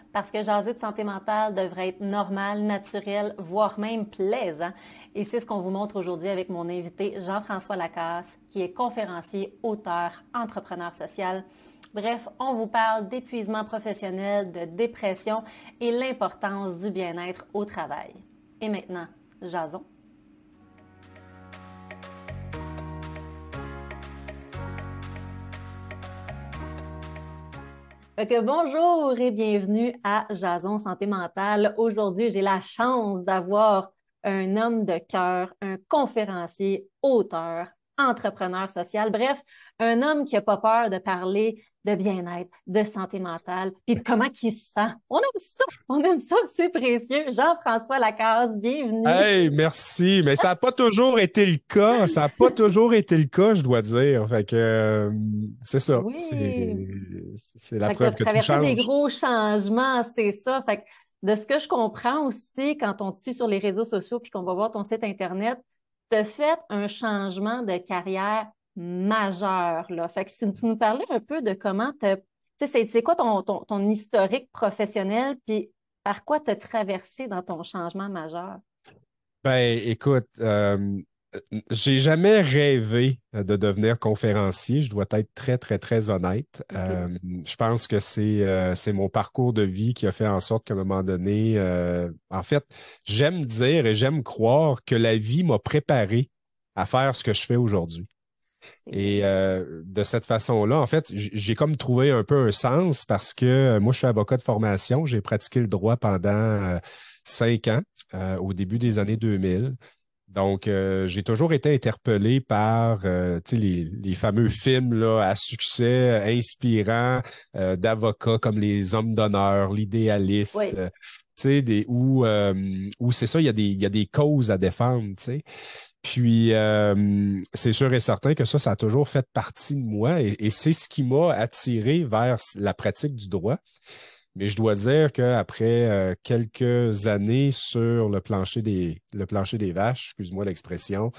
parce que jaser de santé mentale devrait être normal, naturel, voire même plaisant. Et c'est ce qu'on vous montre aujourd'hui avec mon invité Jean-François Lacasse, qui est conférencier, auteur, entrepreneur social. Bref, on vous parle d'épuisement professionnel, de dépression et l'importance du bien-être au travail. Et maintenant, jasons. Bonjour et bienvenue à Jason Santé mentale. Aujourd'hui, j'ai la chance d'avoir un homme de cœur, un conférencier, auteur, entrepreneur social, bref, un homme qui n'a pas peur de parler de bien-être, de santé mentale, puis de comment il se sent. On aime ça, c'est précieux. Jean-François Lacasse, bienvenue. Hey, merci. Mais ça n'a pas toujours été le cas. Ça n'a pas toujours été le cas, je dois dire. Fait que c'est ça. Oui, C'est la fait que tu as preuve que tout traversé des change. gros changements, c'est ça. Fait que de ce que je comprends aussi, quand on te suit sur les réseaux sociaux puis qu'on va voir ton site Internet, tu as fait un changement de carrière majeur, là. Fait que si tu nous parlais un peu de comment tu sais, c'est quoi ton historique professionnel puis par quoi tu as traversé dans ton changement majeur? Ben, écoute, j'ai jamais rêvé de devenir conférencier. Je dois être très, très, très honnête. OK. Je pense que c'est mon parcours de vie qui a fait en sorte qu'à un moment donné, en fait, j'aime dire et j'aime croire que la vie m'a préparé à faire ce que je fais aujourd'hui. C'est beau. Et de cette façon-là, en fait, j'ai comme trouvé un peu un sens parce que moi, je suis avocat de formation. J'ai pratiqué le droit pendant 5 ans, au début des années 2000. Donc, j'ai toujours été interpellé par tu sais, les fameux films là, à succès inspirants d'avocats comme Les Hommes d'honneur, L'Idéaliste, Oui. tu sais, où c'est ça, il y a des causes à défendre, tu sais. Puis, c'est sûr et certain que ça a toujours fait partie de moi et c'est ce qui m'a attiré vers la pratique du droit. Mais je dois dire qu'après quelques années sur le plancher des vaches, excuse-moi l'expression,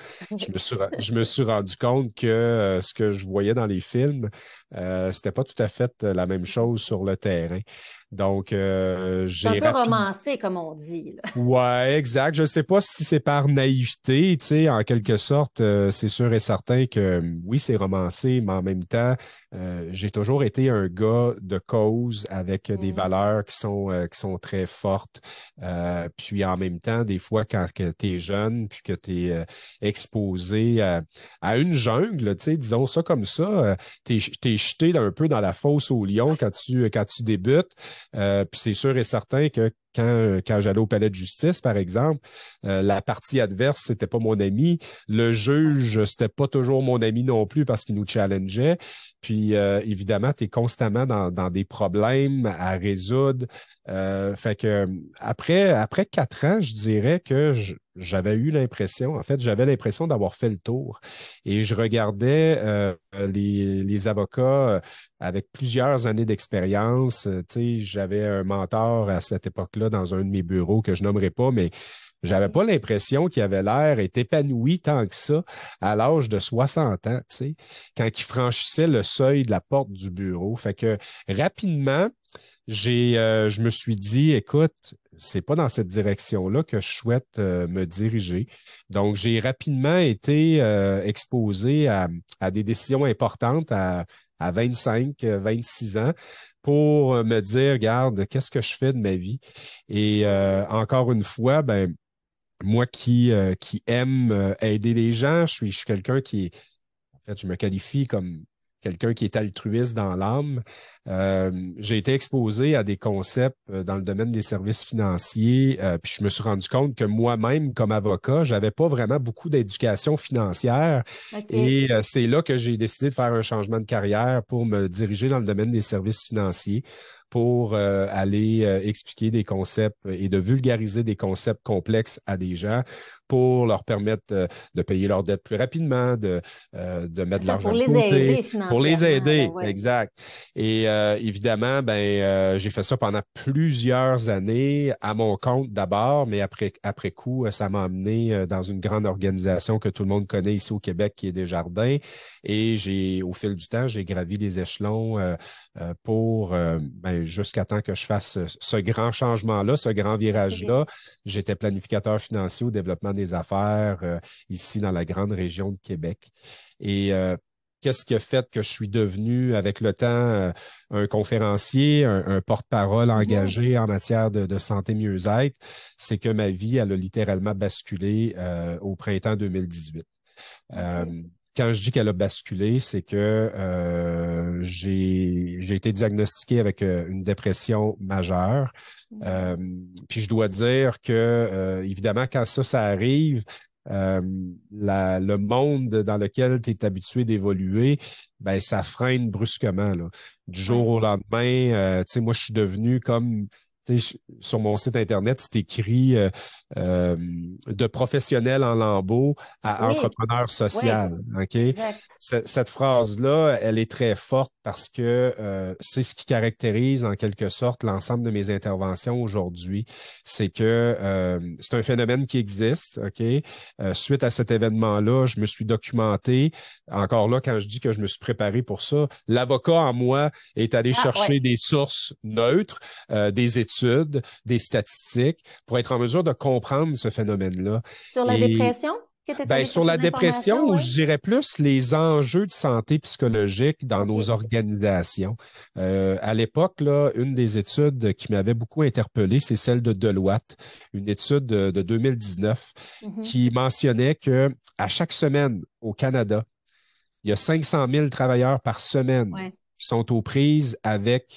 je me suis rendu compte que ce que je voyais dans les films, c'était pas tout à fait la même chose sur le terrain. Donc, C'est un j'ai peu rapidement romancé, comme on dit, là. Ouais, exact. Je ne sais pas si c'est par naïveté, tu sais, en quelque sorte, c'est sûr et certain que oui, c'est romancé, mais en même temps, j'ai toujours été un gars de cause avec des Mm. valeurs qui sont très fortes. Puis en même temps, des fois, quand tu es jeune, puis que tu es exposé à une jungle, tu sais, disons ça comme ça, tu es, jeté un peu dans la fosse au lion quand tu débutes. Puis c'est sûr et certain que quand j'allais au palais de justice, par exemple, la partie adverse, c'était pas mon ami. Le juge, c'était pas toujours mon ami non plus parce qu'il nous challengeait. Puis évidemment, tu es constamment dans des problèmes à résoudre. Fait que après 4 ans, je dirais que j'avais eu l'impression, en fait, j'avais l'impression d'avoir fait le tour. Et je regardais les avocats avec plusieurs années d'expérience. Tu sais, j'avais un mentor à cette époque-là dans un de mes bureaux que je nommerai pas, mais j'avais pas l'impression qu'il avait l'air est épanoui tant que ça à l'âge de 60 ans, tu sais, quand il franchissait le seuil de la porte du bureau. Fait que rapidement, je me suis dit, écoute, c'est pas dans cette direction-là que je souhaite me diriger. Donc, j'ai rapidement été exposé à des décisions importantes à 25, 26 ans pour me dire, regarde, qu'est-ce que je fais de ma vie? Et encore une fois, ben, moi qui aime aider les gens, je suis quelqu'un en fait, je me qualifie comme quelqu'un qui est altruiste dans l'âme. J'ai été exposé à des concepts dans le domaine des services financiers, puis je me suis rendu compte que moi-même, comme avocat, j'avais pas vraiment beaucoup d'éducation financière. OK. Et c'est là que j'ai décidé de faire un changement de carrière pour me diriger dans le domaine des services financiers, pour aller expliquer des concepts et de vulgariser des concepts complexes à des gens pour leur permettre de payer leurs dettes plus rapidement, de C'est mettre de ça, l'argent pour de les aider côté, pour les financièrement, là, aider, ouais. exact. Et évidemment, j'ai fait ça pendant plusieurs années, à mon compte d'abord, mais après coup, ça m'a amené dans une grande organisation que tout le monde connaît ici au Québec, qui est Desjardins. Et au fil du temps, j'ai gravi les échelons pour jusqu'à temps que je fasse ce grand changement-là, ce grand OK. virage-là. J'étais planificateur financier au développement des affaires ici dans la grande région de Québec. Et qu'est-ce qui a fait que je suis devenu, avec le temps, un conférencier, un porte-parole Mhm. engagé en matière de santé mieux-être? C'est que ma vie, elle a littéralement basculé au printemps 2018. Euh, OK. Quand je dis qu'elle a basculé, c'est que j'ai été diagnostiqué avec une dépression majeure. Mhm. Euh, Puis je dois dire que, évidemment, quand ça arrive, euh, le monde dans lequel tu es habitué d'évoluer, ça freine brusquement, là. Du jour Ouais. au lendemain, tu sais, moi, je suis devenu comme, tu sais, sur mon site Internet, c'est écrit euh, de professionnel en lambeaux à Oui. entrepreneur Oui. social. OK? Exact. Cette phrase-là, elle est très forte parce que c'est ce qui caractérise en quelque sorte l'ensemble de mes interventions aujourd'hui. C'est que c'est un phénomène qui existe. OK? Suite à cet événement-là, je me suis documenté. Encore là, quand je dis que je me suis préparé pour ça, l'avocat en moi est allé Ah, ouais. chercher des sources neutres, des études, des statistiques pour être en mesure de comprendre ce phénomène-là. Sur la Et dépression, que tu es allé sur chercher la de dépression, l'information, ou oui? je dirais plus les enjeux de santé psychologique dans nos OK. organisations. À l'époque, là, une des études qui m'avait beaucoup interpellé, c'est celle de Deloitte, une étude de 2019 Mhm. qui mentionnait que à chaque semaine au Canada, il y a 500 000 travailleurs par semaine Ouais. qui sont aux prises avec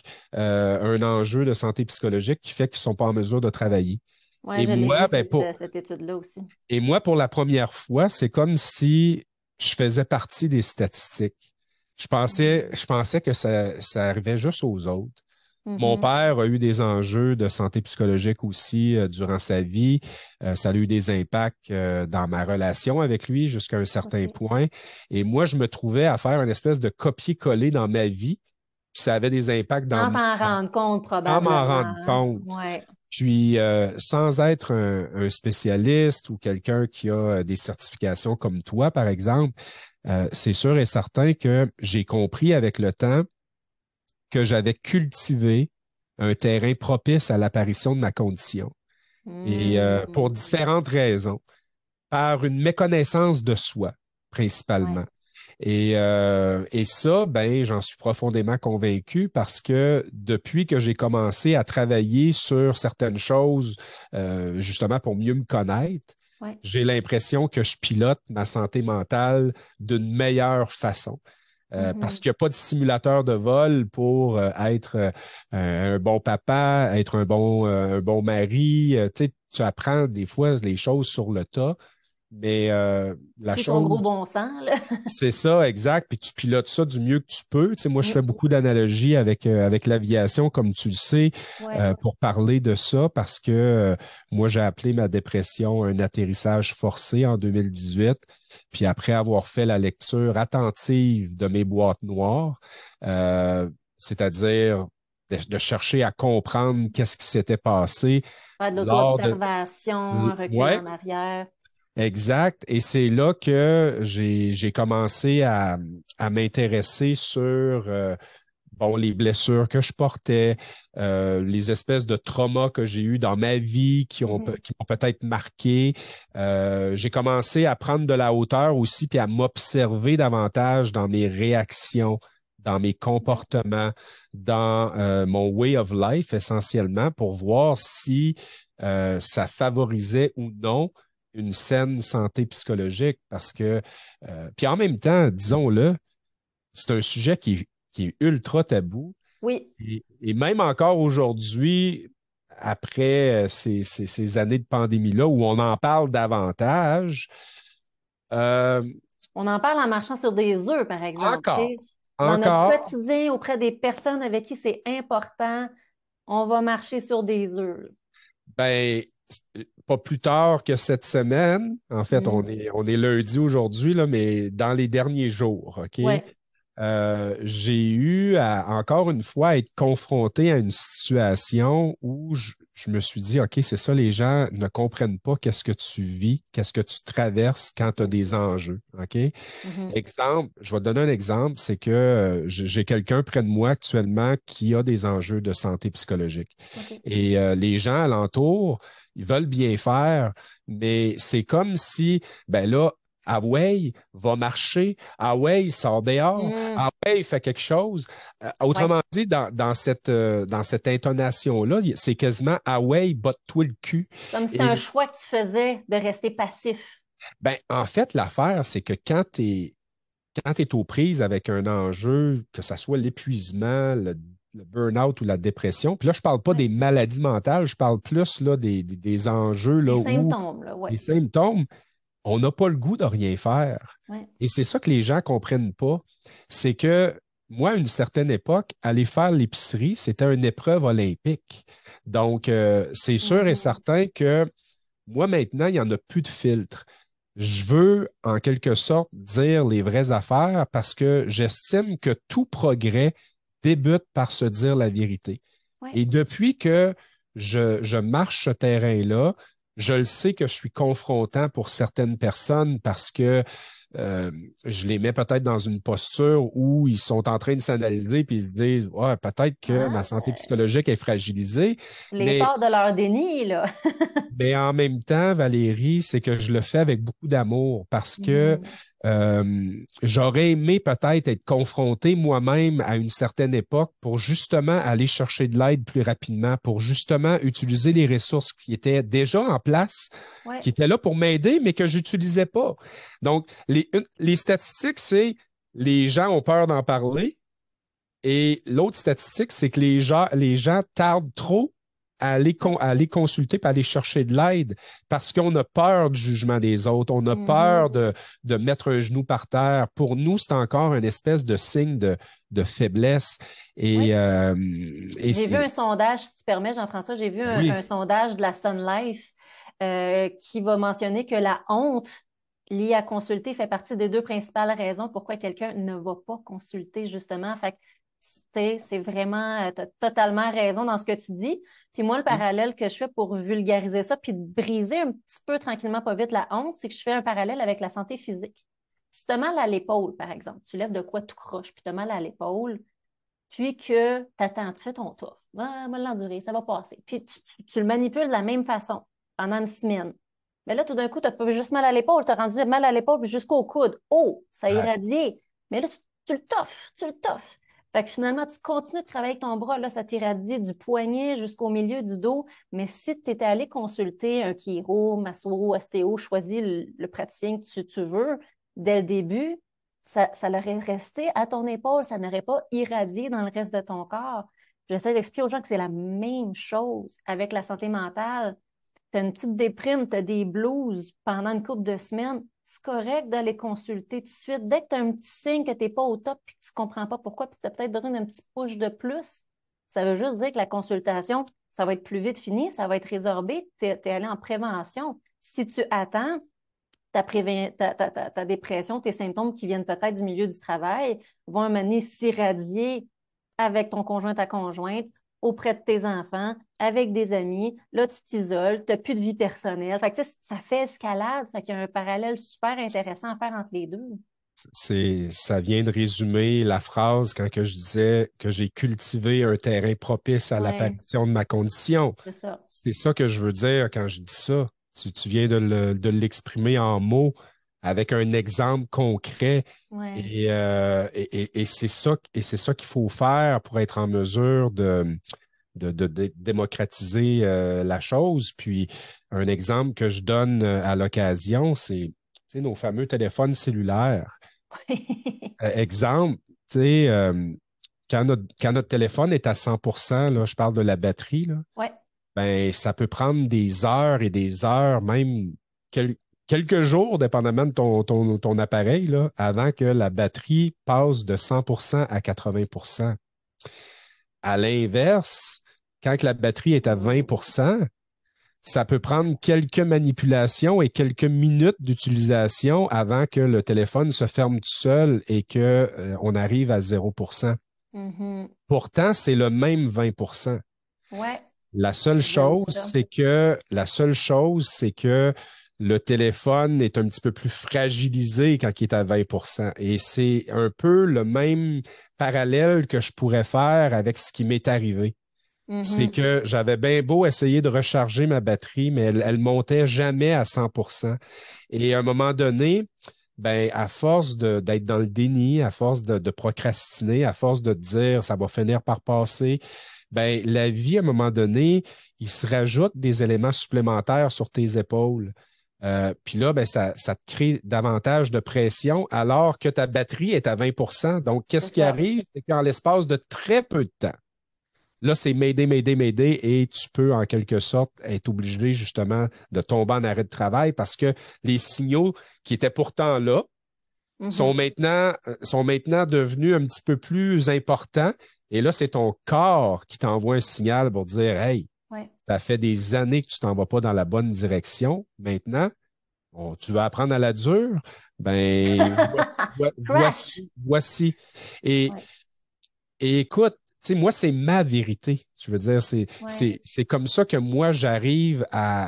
un enjeu de santé psychologique qui fait qu'ils ne sont pas en mesure de travailler. Ouais, Et je l'ai vu, moi, cette étude-là aussi. pour la première fois, c'est comme si je faisais partie des statistiques. Mhm. Je pensais que ça arrivait juste aux autres. Mon Mhm. père a eu des enjeux de santé psychologique aussi durant sa vie. Ça a eu des impacts dans ma relation avec lui jusqu'à un certain OK. point. Et moi, je me trouvais à faire une espèce de copier-coller dans ma vie. Puis ça avait des impacts Sans t'en rendre compte, sans m'en probablement, rendre hein? compte. Ouais. Puis, sans être un spécialiste ou quelqu'un qui a des certifications comme toi, par exemple, c'est sûr et certain que j'ai compris avec le temps que j'avais cultivé un terrain propice à l'apparition de ma condition. Et pour Hmm. différentes raisons, par une méconnaissance de soi, Ouais. principalement. Et ça, j'en suis profondément convaincu parce que depuis que j'ai commencé à travailler sur certaines choses, justement pour mieux me connaître, Ouais. j'ai l'impression que je pilote ma santé mentale d'une meilleure façon. Parce Mhm. qu'il n'y a pas de simulateur de vol pour être un bon papa, être un bon mari. Tu sais, tu apprends des fois les choses sur le tas, mais la Suis ton gros chose, bon sens, là. c'est ça, exact. Puis tu pilotes ça du mieux que tu peux. Tu sais, moi, je Mm. fais beaucoup d'analogies avec l'aviation, comme tu le sais, Ouais. pour parler de ça, parce que moi, j'ai appelé ma dépression un atterrissage forcé en 2018. Puis après avoir fait la lecture attentive de mes boîtes noires, c'est-à-dire de chercher à comprendre qu'est-ce qui s'était passé Faire de lors de... l'auto-observation, un recul Ouais, en arrière. exact. Et c'est là que j'ai commencé à m'intéresser sur les blessures que je portais, les espèces de traumas que j'ai eus dans ma vie Mhm. qui m'ont peut-être marqué. J'ai commencé à prendre de la hauteur aussi, puis à m'observer davantage dans mes réactions, dans mes Ouais. comportements, dans mon way of life essentiellement, pour voir si ça favorisait ou non une saine santé psychologique parce que, puis en même temps, disons-le, c'est un sujet qui est ultra tabou Oui. et même encore aujourd'hui, après ces années de pandémie-là où on en parle davantage, euh, On en parle en marchant sur des œufs, par exemple. Tu encore, sais. Dans notre encore, quotidien, auprès des personnes avec qui c'est important, on va marcher sur des œufs. ben, pas plus tard que cette semaine, en fait, Mhm. on est lundi aujourd'hui, là, mais dans les derniers jours, OK? Ouais. J'ai eu encore une fois à être confronté à une situation où je me suis dit, OK, c'est ça, les gens ne comprennent pas qu'est-ce que tu vis, qu'est-ce que tu traverses quand tu as des enjeux. OK? Mhm. Exemple, je vais te donner un exemple, c'est que j'ai quelqu'un près de moi actuellement qui a des enjeux de santé psychologique. OK. Et les gens alentour, ils veulent bien faire, mais c'est comme si, ben là, Huawei va marcher, Huawei sort dehors, Mm. Huawei fait quelque chose. Ouais. Autrement dit, dans cette intonation-là, c'est quasiment Huawei botte-toi le cul. Comme si c'était un Et choix que tu faisais de rester passif. ben, en fait, l'affaire, c'est que quand tu es aux prises avec un enjeu, que ce soit l'épuisement, le burn-out ou la dépression, puis là, je ne parle pas Ouais. des maladies mentales, je parle plus là, des enjeux là, Des où symptômes, là, ouais. les symptômes, on n'a pas le goût de rien faire. Ouais. Et c'est ça que les gens ne comprennent pas. C'est que moi, à une certaine époque, aller faire l'épicerie, c'était une épreuve olympique. Donc, c'est sûr et Mhm. certain que moi, maintenant, il n'y en a plus de filtre. Je veux, en quelque sorte, dire les vraies affaires parce que j'estime que tout progrès débute par se dire la vérité. Ouais. Et depuis que je marche ce terrain-là, je le sais que je suis confrontant pour certaines personnes parce que euh, je les mets peut-être dans une posture où ils sont en train de s'analyser puis ils se disent, ouais, peut-être que ma Ah, santé psychologique est fragilisée, tu les mais sors de leur déni, là. mais en même temps, Valérie, c'est que je le fais avec beaucoup d'amour parce que Mhm. j'aurais aimé peut-être être confronté moi-même à une certaine époque pour justement aller chercher de l'aide plus rapidement, pour justement utiliser les ressources qui étaient déjà en place, Ouais. qui étaient là pour m'aider, mais que j'utilisais pas. Donc, les statistiques, c'est les gens ont peur d'en parler. Et l'autre statistique, c'est que les gens tardent trop Ouais. à aller consulter et aller chercher de l'aide parce qu'on a peur du jugement des autres, on a peur Mhm. de mettre un genou par terre. Pour nous, c'est encore une espèce de signe de faiblesse. Et, Ouais. euh, et, J'ai vu un et- sondage, si tu permets, Jean-François, j'ai vu oui, un sondage de la Sun Life qui va mentionner que la honte liée à consulter fait partie des deux principales raisons pourquoi quelqu'un ne va pas consulter, justement. Fait que c'est vraiment, tu as totalement raison dans ce que tu dis. Puis moi, le oui, parallèle que je fais pour vulgariser ça, puis de briser un petit peu tranquillement, pas vite la honte, c'est que je fais un parallèle avec la santé physique. Si tu as mal à l'épaule, par exemple, tu lèves de quoi tout croche, puis tu as mal à l'épaule, puis que tu attends, tu fais ton tour. Ah, va l'endurer, ça va passer. Puis tu le manipules de la même façon pendant une semaine. Mais là, tout d'un coup, tu n'as pas juste mal à l'épaule, tu as rendu mal à l'épaule jusqu'au coude. Oh, ça a ah, irradié. Mais là, tu le toffes, tu le toffes. Fait que finalement, tu continues de travailler avec ton bras. Là, ça t'irradie du poignet jusqu'au milieu du dos. Mais si tu étais allé consulter un chiro, masso, ostéo, choisis le praticien que tu veux dès le début, ça l'aurait resté à ton épaule, ça n'aurait pas irradié dans le reste de ton corps. J'essaie d'expliquer aux gens que c'est la même chose avec la santé mentale. Tu as une petite déprime, tu as des blues pendant une couple de semaines, c'est correct d'aller consulter tout de suite. Dès que tu as un petit signe que tu n'es pas au top et que tu ne comprends pas pourquoi, puis tu as peut-être besoin d'un petit push de plus, ça veut juste dire que la consultation, ça va être plus vite fini, ça va être résorbé, tu es allé en prévention. Si tu attends, ta dépression, tes symptômes qui viennent peut-être du milieu du travail vont à un moment donné s'irradier avec ton conjoint, ta conjointe, auprès de tes enfants, avec des amis. Là, tu t'isoles, tu n'as plus de vie personnelle. Fait que, tu sais, ça fait escalade. Fait qu'il y a un parallèle super intéressant à faire entre les deux. ça vient de résumer la phrase quand que je disais que j'ai cultivé un terrain propice à Ouais, l'apparition de ma condition. c'est ça. C'est ça que je veux dire quand je dis ça. Tu viens de l'exprimer en mots avec un exemple concret. Ouais. Et c'est ça qu'il faut faire pour être en mesure de démocratiser la chose. Puis, un exemple que je donne à l'occasion, c'est tu sais, nos fameux téléphones cellulaires. Exemple, tu sais, quand notre téléphone est à 100%, là, je parle de la batterie, là, Ouais. ben, ça peut prendre des heures et des heures, même quel- quelques jours, dépendamment de ton appareil, là, avant que la batterie passe de 100% à 80%. À l'inverse, quand que la batterie est à 20%, ça peut prendre quelques manipulations et quelques minutes d'utilisation avant que le téléphone se ferme tout seul et que, on arrive à 0%. Mhm. Pourtant, c'est le même 20%. Ouais, La seule j'aime chose, ça. c'est que le téléphone est un petit peu plus fragilisé quand il est à 20%. Et c'est un peu le même parallèle que je pourrais faire avec ce qui m'est arrivé. C'est Mhm. que j'avais bien beau essayer de recharger ma batterie, mais elle montait jamais à 100%. Et à un moment donné, ben, à force d'être dans le déni, à force de procrastiner, à force de te dire ça va finir par passer, ben, la vie, à un moment donné, il se rajoute des éléments supplémentaires sur tes épaules. Puis là, ben, ça te crée davantage de pression alors que ta batterie est à 20%. Donc, C'est qu'est-ce qui ça. arrive? C'est qu'en l'espace de très peu de temps, là, c'est m'aider, m'aider, m'aider, et tu peux en quelque sorte être obligé justement de tomber en arrêt de travail parce que les signaux qui étaient pourtant là Mhm. sont maintenant devenus un petit peu plus importants. Et là, c'est ton corps qui t'envoie un signal pour dire, hey, Ouais. ça fait des années que tu t'en vas pas dans la bonne direction. Maintenant, tu vas apprendre à la dure. Ben, Crash! voici. Et, Ouais, et écoute, tu sais, moi, c'est ma vérité. Je veux dire, ouais, c'est comme ça que moi, j'arrive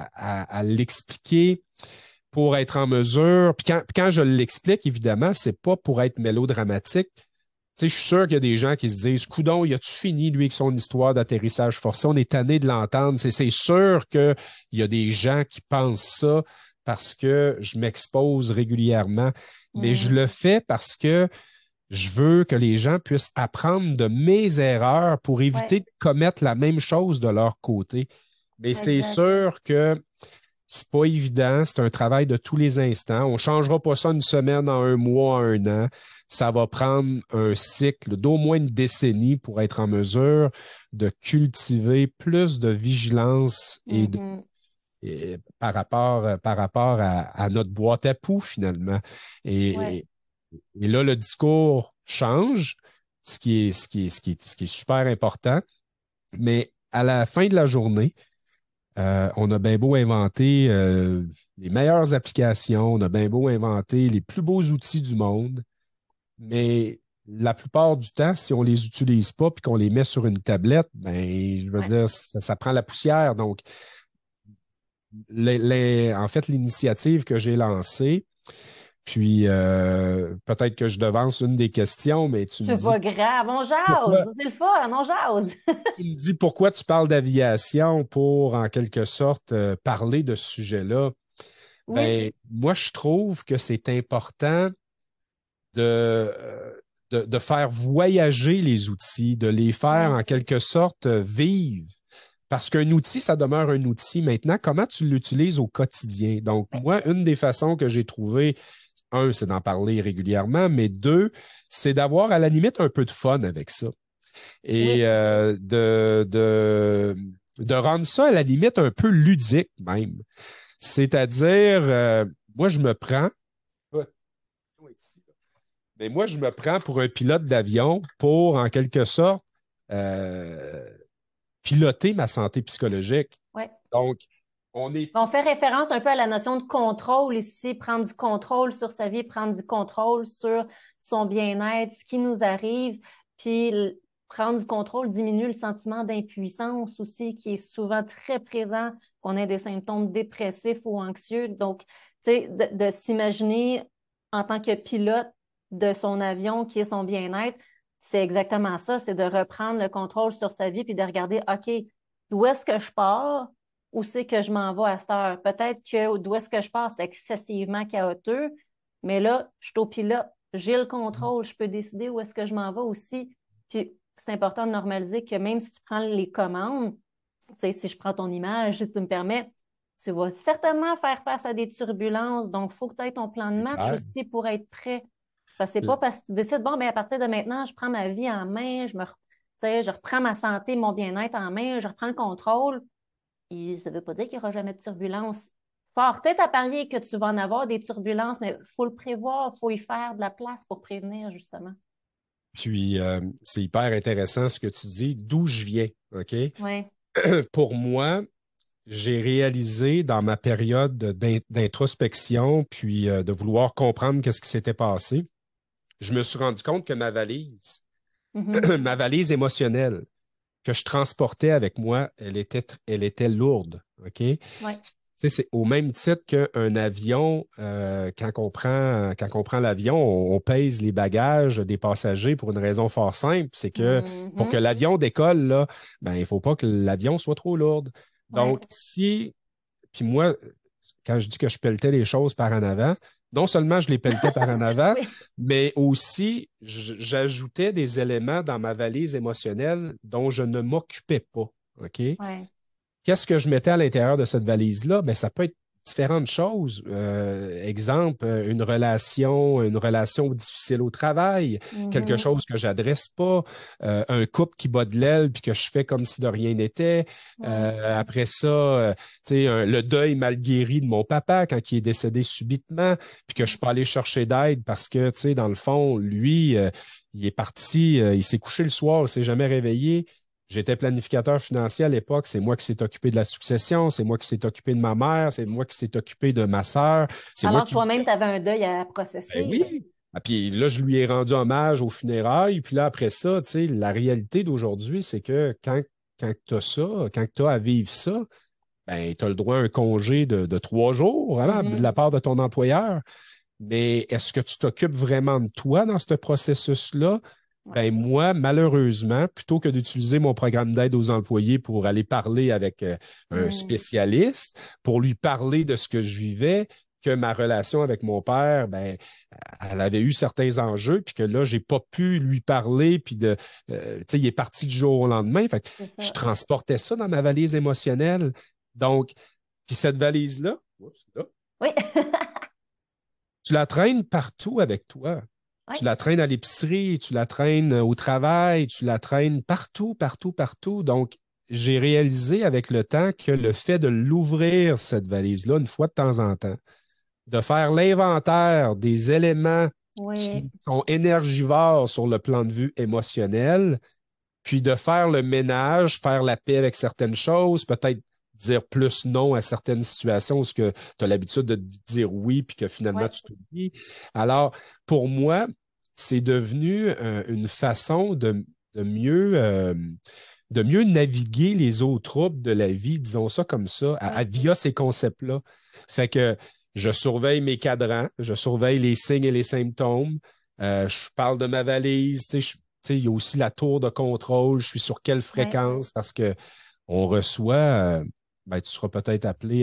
à l'expliquer pour être en mesure. Puis quand je l'explique, évidemment, c'est pas pour être mélodramatique. Tu sais, je suis sûr qu'il y a des gens qui se disent, Coudon, il a-tu fini, lui, avec son histoire d'atterrissage forcé? On est tanné de l'entendre. C'est sûr qu'il y a des gens qui pensent ça parce que je m'expose régulièrement. Mais je mhm. le fais parce que je veux que les gens puissent apprendre de mes erreurs pour éviter Ouais, de commettre la même chose de leur côté. Mais c'est exact. sûr que c'est pas évident, c'est un travail de tous les instants. On ne changera pas ça une semaine, en un mois, en un an. Ça va prendre un cycle d'au moins une décennie pour être en mesure de cultiver plus de vigilance Mhm. par rapport à notre boîte à poux, finalement. Ouais, Et, et là, le discours change, ce qui est super important. Mais à la fin de la journée, on a bien beau inventer les meilleures applications, on a bien beau inventer les plus beaux outils du monde, mais la plupart du temps, si on ne les utilise pas et qu'on les met sur une tablette, ben, je veux ouais. dire, ça prend la poussière. Donc, en fait, l'initiative que j'ai lancée, puis peut-être que je devance une des questions, mais C'est pas grave, on pourquoi, jase. C'est le fun, on jase. tu me dis pourquoi tu parles d'aviation pour, en quelque sorte, parler de ce sujet-là. Oui, Ben, moi, je trouve que c'est important de faire voyager les outils, de les faire ouais, en quelque sorte vivre. Parce qu'un outil, ça demeure un outil. Maintenant, comment tu l'utilises au quotidien? Donc, ouais, moi, une des façons que j'ai trouvé, un, c'est d'en parler régulièrement, mais deux, c'est d'avoir à la limite un peu de fun avec ça. Et oui. de rendre ça à la limite un peu ludique même. C'est-à-dire, moi, je me prends, mais moi, je me prends pour un pilote d'avion pour, en quelque sorte, euh, piloter ma santé psychologique. Ouais. Donc, on est On tout. fait référence un peu à la notion de contrôle ici, prendre du contrôle sur sa vie, prendre du contrôle sur son bien-être, ce qui nous arrive, puis prendre du contrôle diminue le sentiment d'impuissance aussi, qui est souvent très présent, qu'on ait des symptômes dépressifs ou anxieux. Donc, tu sais, de s'imaginer en tant que pilote de son avion, qui est son bien-être, c'est exactement ça, c'est de reprendre le contrôle sur sa vie, puis de regarder, OK, d'où est-ce que je pars? Où c'est que je m'en vais à cette heure? Peut-être que d'où est-ce que je pars, c'est excessivement chaotique, mais là, je suis au pilote, j'ai le contrôle, je peux décider où est-ce que je m'en vais aussi. Puis c'est important de normaliser que même si tu prends les commandes, tu sais, si je prends ton image, si tu me permets, tu vas certainement faire face à des turbulences. Donc, il faut que tu aies ton plan de C'est match clair. aussi pour être prêt. Parce que c'est pas parce que tu décides, bon, ben, à partir de maintenant, je prends ma vie en main, tu sais, je reprends ma santé, mon bien-être en main, je reprends le contrôle. Et ça ne veut pas dire qu'il n'y aura jamais de turbulence. Fort peut-être à parier que tu vas en avoir des turbulences, mais il faut le prévoir, il faut y faire de la place pour prévenir, justement. Puis, c'est hyper intéressant ce que tu dis, d'où je viens, OK? Oui, Pour moi, j'ai réalisé dans ma période d'introspection, puis de vouloir comprendre qu'est-ce qui s'était passé, je me suis rendu compte que ma valise, Mhm. ma valise émotionnelle que je transportais avec moi, elle était lourde. OK? Ouais. Tu sais, c'est au même titre qu'un avion, quand on prend l'avion, on pèse les bagages des passagers pour une raison fort simple, c'est que pour que Mhm. l'avion décolle, là, ben, il ne faut pas que l'avion soit trop lourde. Ouais. Donc, puis moi, quand je dis que je pelletais les choses par en avant, non seulement je les pelletais par en avant, Oui. mais aussi j'ajoutais des éléments dans ma valise émotionnelle dont je ne m'occupais pas. OK? Ouais. Qu'est-ce que je mettais à l'intérieur de cette valise-là? Ben, ça peut être différentes choses. Exemple, une relation difficile au travail, quelque Mhm. chose que j'adresse pas, un couple qui bat de l'aile puis que je fais comme si de rien n'était. Ouais. Après ça, tu sais, le deuil mal guéri de mon papa quand il est décédé subitement, puis que je suis pas allé chercher d'aide parce que, tu sais, dans le fond, lui, il est parti, il s'est couché le soir, il s'est jamais réveillé. J'étais planificateur financier à l'époque. C'est moi qui s'est occupé de la succession, c'est moi qui s'est occupé de ma mère, c'est moi qui s'est occupé de ma sœur, c'est moi Alors que qui. toi-même, tu avais un deuil à Ben processer, là. oui. Ah, puis là, je lui ai rendu hommage aux funérailles. Puis là, après ça, tu sais, la réalité d'aujourd'hui, c'est que quand tu as ça, quand tu as à vivre ça, ben, tu as le droit à un congé de 3 jours hein, de la Mhm. part de ton employeur. Mais est-ce que tu t'occupes vraiment de toi dans ce processus-là? Ouais. Ben moi, malheureusement, plutôt que d'utiliser mon programme d'aide aux employés pour aller parler avec un Mhm. spécialiste, pour lui parler de ce que je vivais, que ma relation avec mon père, ben, elle avait eu certains enjeux, puis que là, j'ai pas pu lui parler, puis tu sais, il est parti du jour au lendemain. Fait que C'est je ça. transportais ça dans ma valise émotionnelle. Donc, puis cette valise-là, oups, là, Oui. tu la traînes partout avec toi. Oui. Tu la traînes à l'épicerie, tu la traînes au travail, tu la traînes partout, partout, partout. Donc, j'ai réalisé avec le temps que le fait de l'ouvrir, cette valise-là, une fois de temps en temps, de faire l'inventaire des éléments Oui. qui sont énergivores sur le plan de vue émotionnel, puis de faire le ménage, faire la paix avec certaines choses, peut-être dire plus non à certaines situations où tu as l'habitude de dire oui, puis que finalement Oui. tu t'oublies. Alors, pour moi, c'est devenu une façon de mieux naviguer les eaux troubles de la vie, disons ça comme ça, Oui. via ces concepts-là. Fait que je surveille mes cadrans, je surveille les signes et les symptômes, je parle de ma valise, tu sais, il y a aussi la tour de contrôle, je suis sur quelle Oui. fréquence parce que on reçoit, ben, tu seras peut-être appelé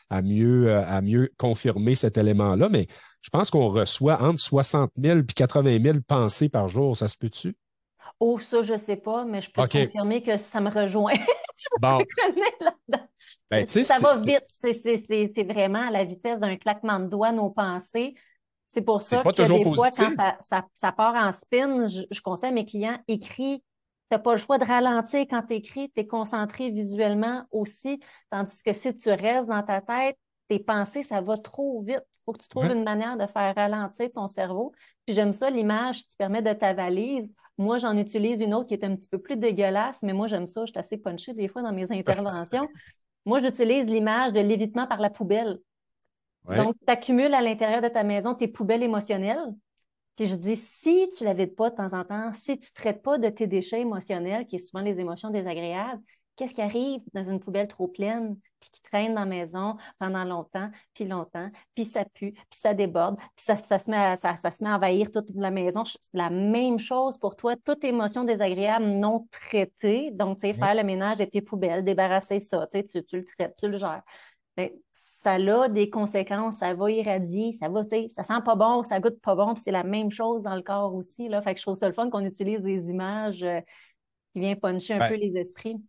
à mieux confirmer cet élément-là, mais je pense qu'on reçoit entre 60 000 et 80 000 pensées par jour, ça se peut-tu? Oh, ça, je sais pas, mais je peux te OK. confirmer que ça me rejoint. Je me Bon, reconnais là-dedans. ben, tu sais, Ça va vite. C'est vraiment à la vitesse d'un claquement de doigts, nos pensées. C'est pour c'est ça pas que toujours des fois, quand positif. ça part en spin, je conseille à mes clients, écris. Tu n'as pas le choix de ralentir quand tu écris, tu es concentré visuellement aussi. Tandis que si tu restes dans ta tête, tes pensées, ça va trop vite. Il faut que tu trouves Ouais. une manière de faire ralentir ton cerveau. Puis j'aime ça, l'image qui te permet de ta valise. Moi, j'en utilise une autre qui est un petit peu plus dégueulasse, mais moi, j'aime ça. Je suis assez punchée des fois dans mes interventions. Moi, j'utilise l'image de l'évitement par la poubelle. Ouais. Donc, tu accumules à l'intérieur de ta maison tes poubelles émotionnelles. Puis je dis, si tu ne la vides pas de temps en temps, si tu ne traites pas de tes déchets émotionnels, qui est souvent les émotions désagréables, qu'est-ce qui arrive dans une poubelle trop pleine, puis qui traîne dans la maison pendant longtemps, puis ça pue, puis ça déborde, puis ça se met ça se met à envahir toute la maison. C'est la même chose pour toi, toute émotion désagréable non traitée. Donc, tu sais, Ouais. faire le ménage de tes poubelles, débarrasser ça, tu le traites, tu le gères. Ben, ça a des conséquences, ça va irradier, ça va, tu sais, ça sent pas bon, ça goûte pas bon, puis c'est la même chose dans le corps aussi, là. Fait que je trouve ça le fun qu'on utilise des images qui viennent puncher un peu Ben, les esprits.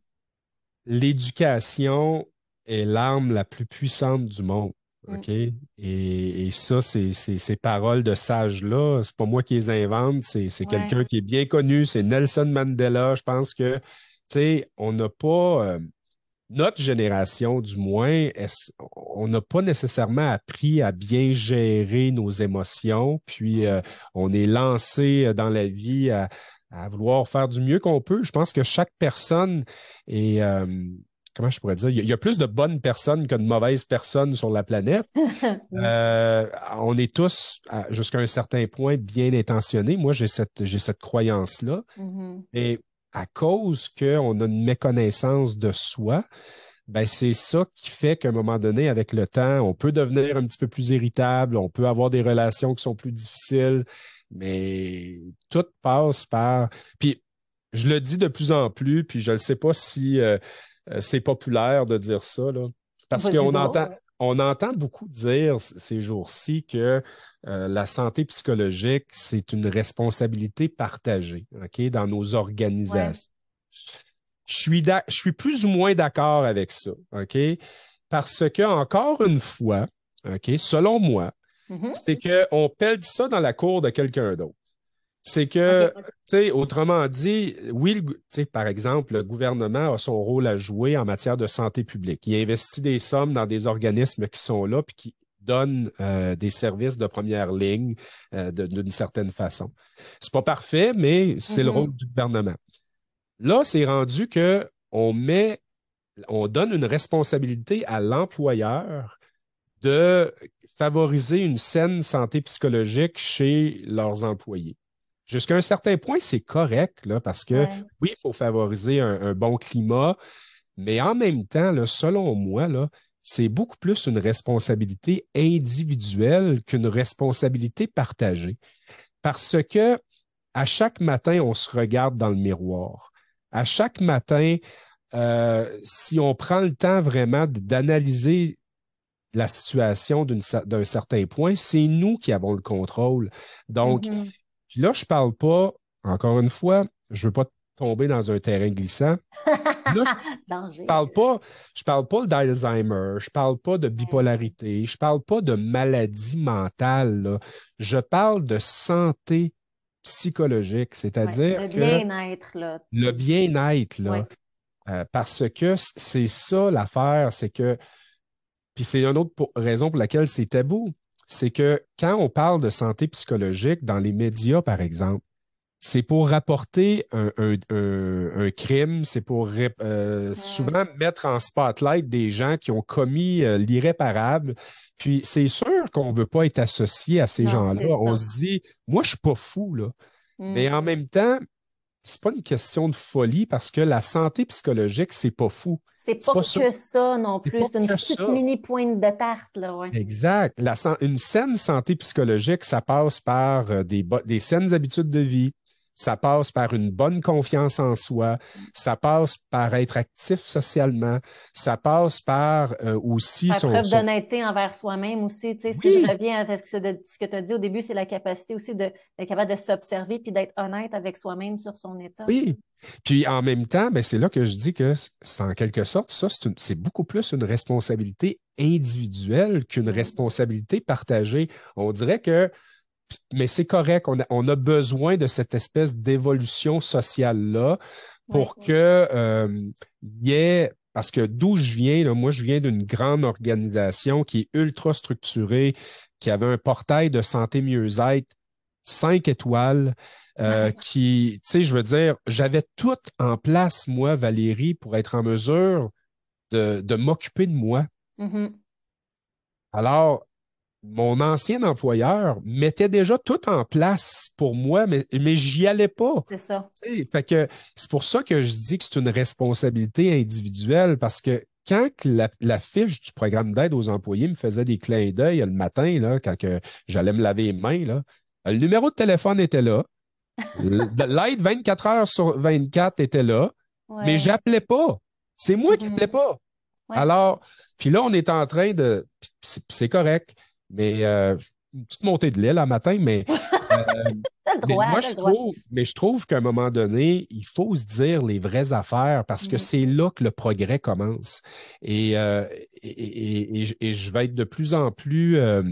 l'éducation est l'arme la plus puissante du monde. Mm. OK? Et ça, ces paroles de sages-là, c'est pas moi qui les invente, c'est Ouais, quelqu'un qui est bien connu, c'est Nelson Mandela. Je pense que, tu sais, on n'a pas, notre génération du moins, on n'a pas nécessairement appris à bien gérer nos émotions, puis ouais, on est lancé dans la vie à vouloir faire du mieux qu'on peut. Je pense que chaque personne est, comment je pourrais dire, il y a plus de bonnes personnes que de mauvaises personnes sur la planète. Oui. On est tous, jusqu'à un certain point, bien intentionnés. Moi, j'ai cette croyance-là. Mhm. Et à cause qu'on a une méconnaissance de soi, ben c'est ça qui fait qu'à un moment donné, avec le temps, on peut devenir un petit peu plus irritable, on peut avoir des relations qui sont plus difficiles, mais tout passe par... Puis je le dis de plus en plus, puis je ne sais pas si c'est populaire de dire ça, là, parce Vas-y donc. on entend beaucoup dire ces jours-ci que la santé psychologique, c'est une responsabilité partagée, OK, dans nos Ouais. organisations. Je suis plus ou moins d'accord avec ça, OK? Parce que, encore une fois, OK, selon moi, Mhm. c'est qu'on pèle ça dans la cour de quelqu'un d'autre. C'est que, OK. tu sais, autrement dit, oui, tu sais, par exemple, le gouvernement a son rôle à jouer en matière de santé publique. Il investit des sommes dans des organismes qui sont là puis qui donnent des services de première ligne d'une certaine façon. C'est pas parfait, mais c'est le rôle Mhm. du gouvernement. Là, c'est rendu que on donne une responsabilité à l'employeur de favoriser une saine santé psychologique chez leurs employés. Jusqu'à un certain point, c'est correct, là, parce que Ouais. oui, il faut favoriser un bon climat, mais en même temps, là, selon moi, là, c'est beaucoup plus une responsabilité individuelle qu'une responsabilité partagée. Parce que à chaque matin, on se regarde dans le miroir. À chaque matin, si on prend le temps vraiment d'analyser la situation d'un certain point, c'est nous qui avons le contrôle. Donc, Mhm. là, je ne parle pas, encore une fois, je ne veux pas tomber dans un terrain glissant. Là, je Danger. parle pas, je parle pas d'Alzheimer, je parle pas de Ouais. bipolarité, je parle pas de maladie mentale, là. Je parle de santé psychologique, Ouais. c'est-à-dire Le que bien-être, là. le bien-être, là, Ouais. parce que c'est ça l'affaire, c'est que, puis c'est une autre raison pour laquelle c'est tabou, c'est que quand on parle de santé psychologique dans les médias, par exemple, c'est pour rapporter un crime, c'est pour Mm. souvent mettre en spotlight des gens qui ont commis l'irréparable. Puis c'est sûr qu'on ne veut pas être associé à ces Non, gens-là. c'est On ça. se dit, moi, je ne suis pas fou, là. Mais Mm. en même temps, c'est pas une question de folie parce que la santé psychologique, c'est pas fou. C'est C'est pas pas ça. que ça non C'est pas plus. C'est une que petite ça. mini pointe de tarte, là, ouais. Exact. Une saine santé psychologique, ça passe par des saines habitudes de vie, ça passe par une bonne confiance en soi, ça passe par être actif socialement, ça passe par aussi Faire preuve d'honnêteté envers soi-même aussi. Tu sais, si je Oui, reviens à ce que tu as dit au début, c'est la capacité aussi d'être capable de s'observer puis d'être honnête avec soi-même sur son état. oui. Puis en même temps, ben, c'est là que je dis que c'est en quelque sorte, ça, c'est beaucoup plus une responsabilité individuelle qu'une Mm. responsabilité partagée. On dirait que mais c'est correct, on a besoin de cette espèce d'évolution sociale-là Oui. pour que y ait, parce que d'où je viens, là, moi je viens d'une grande organisation qui est ultra structurée, qui avait un portail de santé mieux-être 5 étoiles, qui, tu sais, je veux dire, j'avais tout en place, moi, Valérie, pour être en mesure de m'occuper de moi. Mhm. Alors, mon ancien employeur mettait déjà tout en place pour moi, mais j'y allais pas. C'est ça. Tu sais, fait que c'est pour ça que je dis que c'est une responsabilité individuelle parce que quand que la fiche du programme d'aide aux employés me faisait des clins d'œil le matin, là, quand que j'allais me laver les mains, là, le numéro de téléphone était là, l'aide 24 heures sur 24 était là, mais Ouais. j'appelais pas. C'est moi qui appelais Mhm. pas. Ouais. Alors, puis là, on est en train de. C'est correct, mais une petite montée de lait là matin, euh, T'as le mais droit, moi, t'as le droit. je trouve qu'à un moment donné, il faut se dire les vraies affaires parce que Mhm. c'est là que le progrès commence. Et, et je vais être de plus en plus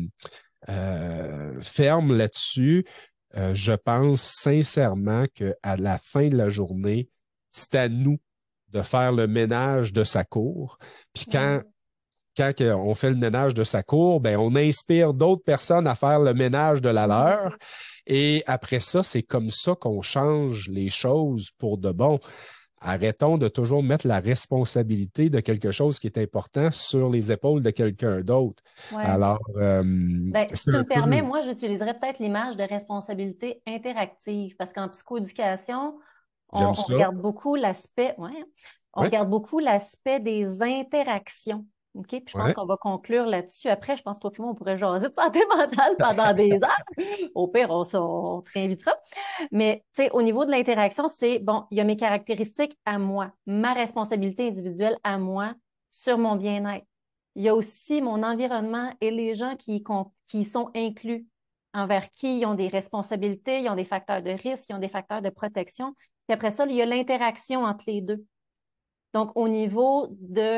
ferme là-dessus. Je pense sincèrement qu'à la fin de la journée, c'est à nous de faire le ménage de sa cour. Puis Ouais. quand on fait le ménage de sa cour, ben, on inspire d'autres personnes à faire le ménage de la Mhm. leur. Et après ça, c'est comme ça qu'on change les choses pour de bon. arrêtons de toujours mettre la responsabilité de quelque chose qui est important sur les épaules de quelqu'un d'autre. Ouais. Alors, Ben, si c'est tu un me permets, peu, moi, j'utiliserais peut-être l'image de responsabilité interactive parce qu'en psychoéducation, j'aime on ça. regarde beaucoup l'aspect, ouais, on Ouais, regarde beaucoup l'aspect des interactions. OK? Puis je pense ouais. qu'on va conclure là-dessus. Après, je pense que toi et moi, on pourrait jaser de santé mentale pendant des heures. Au pire, on te réinvitera. Mais tu sais, au niveau de l'interaction, c'est bon, il y a mes caractéristiques à moi, ma responsabilité individuelle à moi sur mon bien-être. Il y a aussi mon environnement et les gens qui y sont inclus, envers qui ils ont des responsabilités, ils ont des facteurs de risque, ils ont des facteurs de protection. Puis après ça, il y a l'interaction entre les deux. Donc, au niveau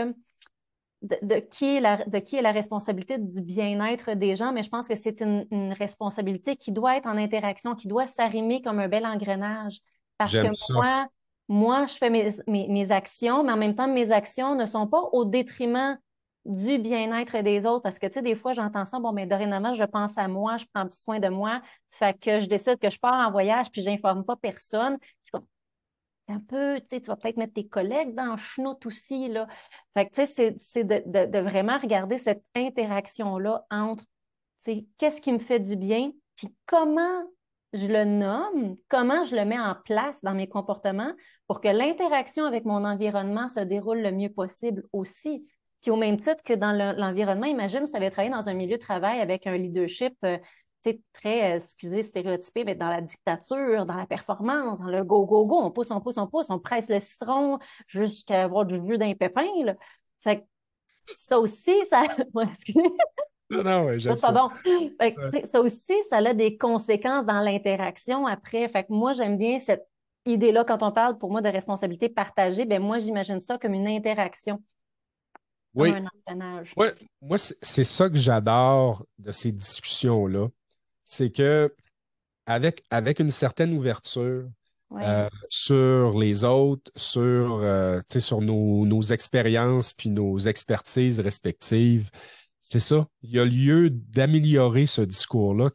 de qui est la responsabilité du bien-être des gens, mais je pense que c'est une responsabilité qui doit être en interaction, qui doit s'arrimer comme un bel engrenage. Parce que J'aime ça. moi, je fais mes actions, mais en même temps, mes actions ne sont pas au détriment du bien-être des autres. Parce que, tu sais, des fois, j'entends ça, bon, mais dorénavant, je pense à moi, je prends soin de moi, fait que je décide que je pars en voyage, puis j'informe pas personne. Un peu, tu sais, tu vas peut-être mettre tes collègues dans le chenoute aussi, là. Fait que, tu sais, c'est de vraiment regarder cette interaction-là entre, tu sais, qu'est-ce qui me fait du bien, puis comment je le nomme, comment je le mets en place dans mes comportements pour que l'interaction avec mon environnement se déroule le mieux possible aussi. Puis au même titre que dans l'environnement, imagine si tu avais travaillé dans un milieu de travail avec un leadership tu sais, très, excusez, stéréotypé, mais dans la dictature, dans la performance, dans le go, go, go, on pousse, on pousse, on pousse, on presse le citron jusqu'à avoir du jus d'un pépin, là. Fait que ça aussi, ça. Ouais, excusez, Non, non, ouais, j'aime c'est pas ça. bon. Fait que, Ouais. tu sais, ça aussi, ça a des conséquences dans l'interaction après. Fait que moi, j'aime bien cette idée-là quand on parle pour moi de responsabilité partagée. Ben moi, j'imagine ça comme une interaction, comme Oui, un engrenage. moi, c'est ça que j'adore de ces discussions-là. C'est que avec une certaine ouverture Oui. sur les autres, tu sais, sur nos expériences puis nos expertises respectives, c'est ça. Il y a lieu d'améliorer ce discours-là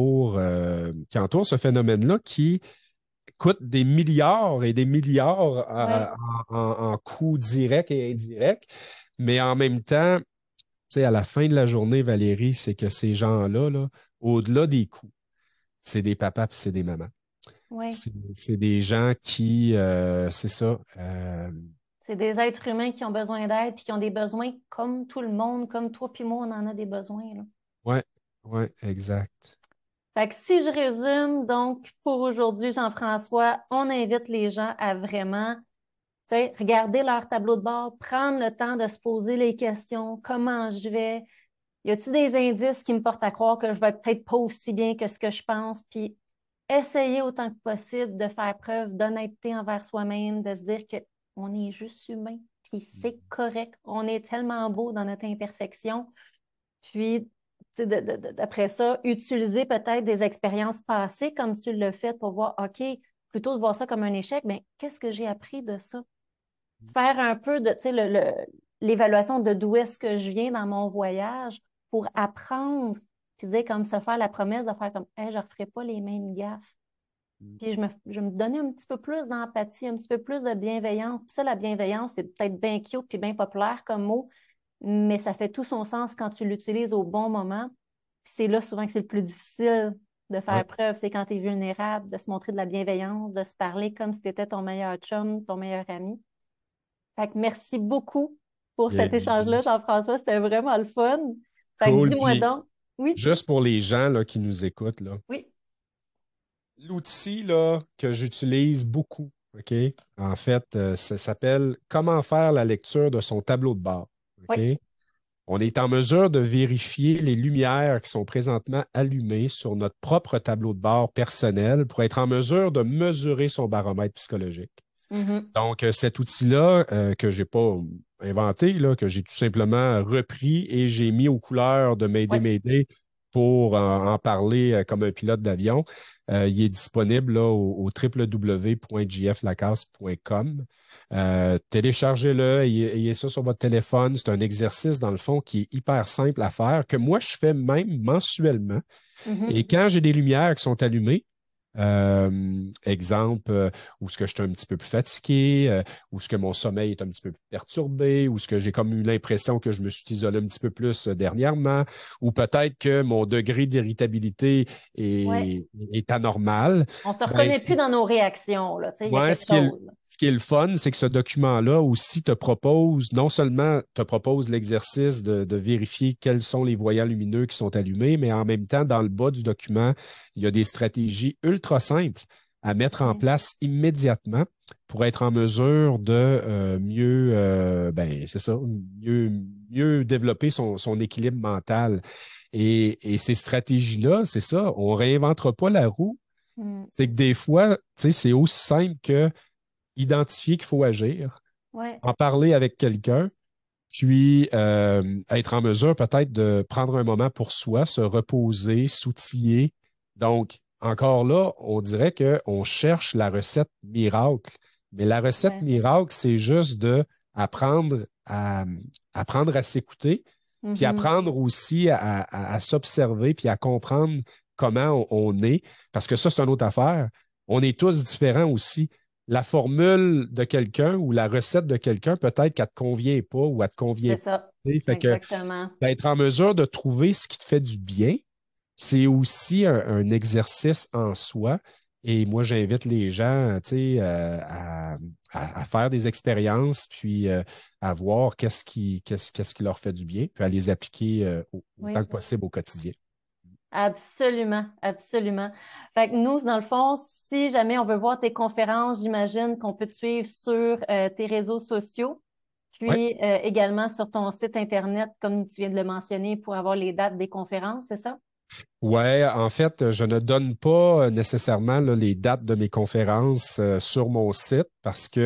qui entoure ce phénomène-là qui coûte des milliards et des milliards Oui. en coûts directs et indirects. Mais en même temps, tu sais, à la fin de la journée, Valérie, c'est que ces gens-là, là, au-delà des coûts, c'est des papas et c'est des mamans. Oui. C'est des gens qui, c'est ça. C'est des êtres humains qui ont besoin d'aide puis qui ont des besoins comme tout le monde, comme toi puis moi, on en a des besoins, là. Ouais, ouais, exact. Fait que si je résume, donc, pour aujourd'hui, Jean-François, on invite les gens à vraiment, tu sais, regarder leur tableau de bord, prendre le temps de se poser les questions, comment je vais, y a-t-il des indices qui me portent à croire que je vais peut-être pas aussi bien que ce que je pense, puis essayer autant que possible de faire preuve d'honnêteté envers soi-même, de se dire que on est juste humain, puis c'est correct. On est tellement beau dans notre imperfection. Puis, tu sais, d'après ça, utiliser peut-être des expériences passées comme tu l'as fait pour voir, OK, plutôt de voir ça comme un échec, mais qu'est-ce que j'ai appris de ça? Faire un peu de, tu sais, l'évaluation de d'où est-ce que je viens dans mon voyage pour apprendre, puis dire comme se faire la promesse de faire comme, hey, je ne referai pas les mêmes gaffes. Puis je me donnais un petit peu plus d'empathie, un petit peu plus de bienveillance. Puis ça, la bienveillance, c'est peut-être bien cute puis bien populaire comme mot, mais ça fait tout son sens quand tu l'utilises au bon moment. Puis c'est là souvent que c'est le plus difficile de Ouais, faire preuve. C'est quand tu es vulnérable, de se montrer de la bienveillance, de se parler comme si tu étais ton meilleur chum, ton meilleur ami. Fait que merci beaucoup pour bien, cet échange-là, Jean-François. C'était vraiment le fun. Fait que cool. dis-moi Puis, donc. Oui, juste pour les gens là, qui nous écoutent, là, oui, l'outil là, que j'utilise beaucoup, OK? En fait, ça s'appelle Comment faire la lecture de son tableau de bord. OK? oui. On est en mesure de vérifier les lumières qui sont présentement allumées sur notre propre tableau de bord personnel pour être en mesure de mesurer son baromètre psychologique. Mhm. Donc, cet outil-là, que je n'ai pas inventé, là, que j'ai tout simplement repris et j'ai mis aux couleurs de Oui. M'aider pour en parler comme un pilote d'avion. Il est disponible là, au www.jflacasse.com. Téléchargez-le, ayez ça sur votre téléphone. C'est un exercice, dans le fond, qui est hyper simple à faire, que moi, je fais même mensuellement. Et Mhm. quand j'ai des lumières qui sont allumées, Exemple, où est-ce que je suis un petit peu plus fatigué, où est-ce que mon sommeil est un petit peu plus perturbé, où est-ce que j'ai comme eu l'impression que je me suis isolé un petit peu plus dernièrement, ou peut-être que mon degré d'irritabilité Ouais. est anormal. On se Ben, reconnaît plus dans nos réactions, là. Tu sais, il y a ouais, quelque chose, là. ce qui est le fun, c'est que ce document-là aussi te propose, non seulement te propose l'exercice de vérifier quels sont les voyants lumineux qui sont allumés, mais en même temps, dans le bas du document, il y a des stratégies ultra simples à mettre en Ouais. place immédiatement pour être en mesure de mieux, ben, c'est ça, mieux développer son équilibre mental. Et ces stratégies-là, c'est ça, on ne réinventera pas la roue. Mm. C'est que des fois, tu sais, c'est aussi simple que identifier qu'il faut agir, Ouais. en parler avec quelqu'un, puis être en mesure peut-être de prendre un moment pour soi, se reposer, s'outiller. Donc, encore là, on dirait qu'on cherche la recette miracle. Mais la recette Ouais. miracle, c'est juste de apprendre à s'écouter, puis Mhm. apprendre aussi à s'observer, puis à comprendre comment on est. Parce que ça, c'est une autre affaire. On est tous différents aussi. La formule de quelqu'un ou la recette de quelqu'un, peut-être qu'elle ne te convient pas ou elle ne te convient C'est pas. ça. Fait que Exactement. d'être en mesure de trouver ce qui te fait du bien, c'est aussi un exercice en soi. Et moi, j'invite les gens, tu sais, à faire des expériences, puis à voir qu'est-ce qui leur fait du bien, puis à les appliquer autant Oui. que possible au quotidien. Absolument, absolument. Fait que nous, dans le fond, si jamais on veut voir tes conférences, j'imagine qu'on peut te suivre sur tes réseaux sociaux, Oui. puis également sur ton site Internet, comme tu viens de le mentionner, pour avoir les dates des conférences, c'est ça? Ouais, en fait, je ne donne pas nécessairement là, les dates de mes conférences sur mon site parce que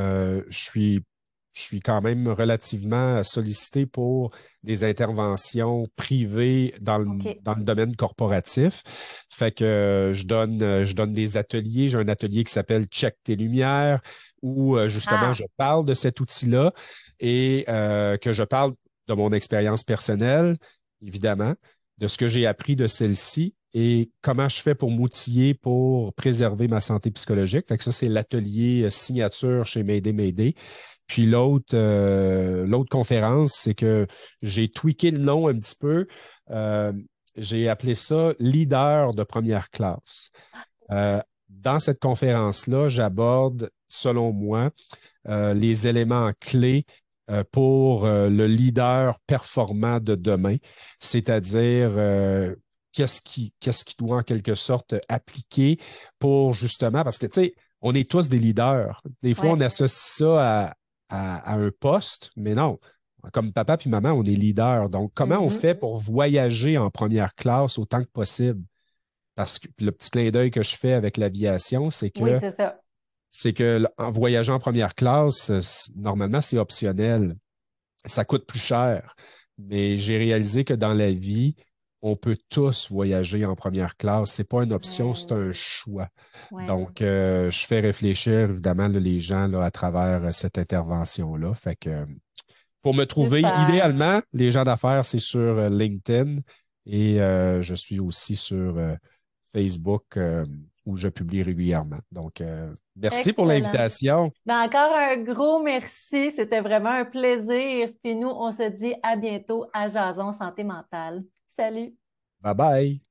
je suis quand même relativement sollicité pour des interventions privées OK. dans le domaine corporatif. Fait que je donne des ateliers. J'ai un atelier qui s'appelle Check tes lumières où justement Ah, je parle de cet outil-là et que je parle de mon expérience personnelle, évidemment de ce que j'ai appris de celle-ci et comment je fais pour m'outiller pour préserver ma santé psychologique. Fait que ça, c'est l'atelier signature chez Mayday Mayday. Puis l'autre conférence, c'est que j'ai tweaké le nom un petit peu. Euh, j'ai appelé ça leader de première classe. Dans cette conférence-là, j'aborde, selon moi, les éléments clés pour le leader performant de demain, c'est-à-dire qu'est-ce qui doit en quelque sorte appliquer pour justement, parce que tu sais, on est tous des leaders. Des fois, on ouais. associe ça à un poste, mais non. Comme papa puis maman, on est leader. Donc, comment on Mhm. fait pour voyager en première classe autant que possible? Parce que puis le petit clin d'œil que je fais avec l'aviation, Oui, c'est ça. c'est que en voyageant en première classe, normalement, c'est optionnel. Ça coûte plus cher. Mais j'ai réalisé que dans la vie, on peut tous voyager en première classe. C'est pas une option, Ouais, c'est un choix. ouais. Donc, je fais réfléchir évidemment là, les gens là, à travers cette intervention-là. Fait que pour me trouver, Super. idéalement, les gens d'affaires, c'est sur LinkedIn et je suis aussi sur Facebook où je publie régulièrement. Donc, merci pour Excellent. l'invitation. Ben, encore un gros merci. C'était vraiment un plaisir. Puis nous, on se dit à bientôt à Jason Santé Mentale. Salut! Bye bye.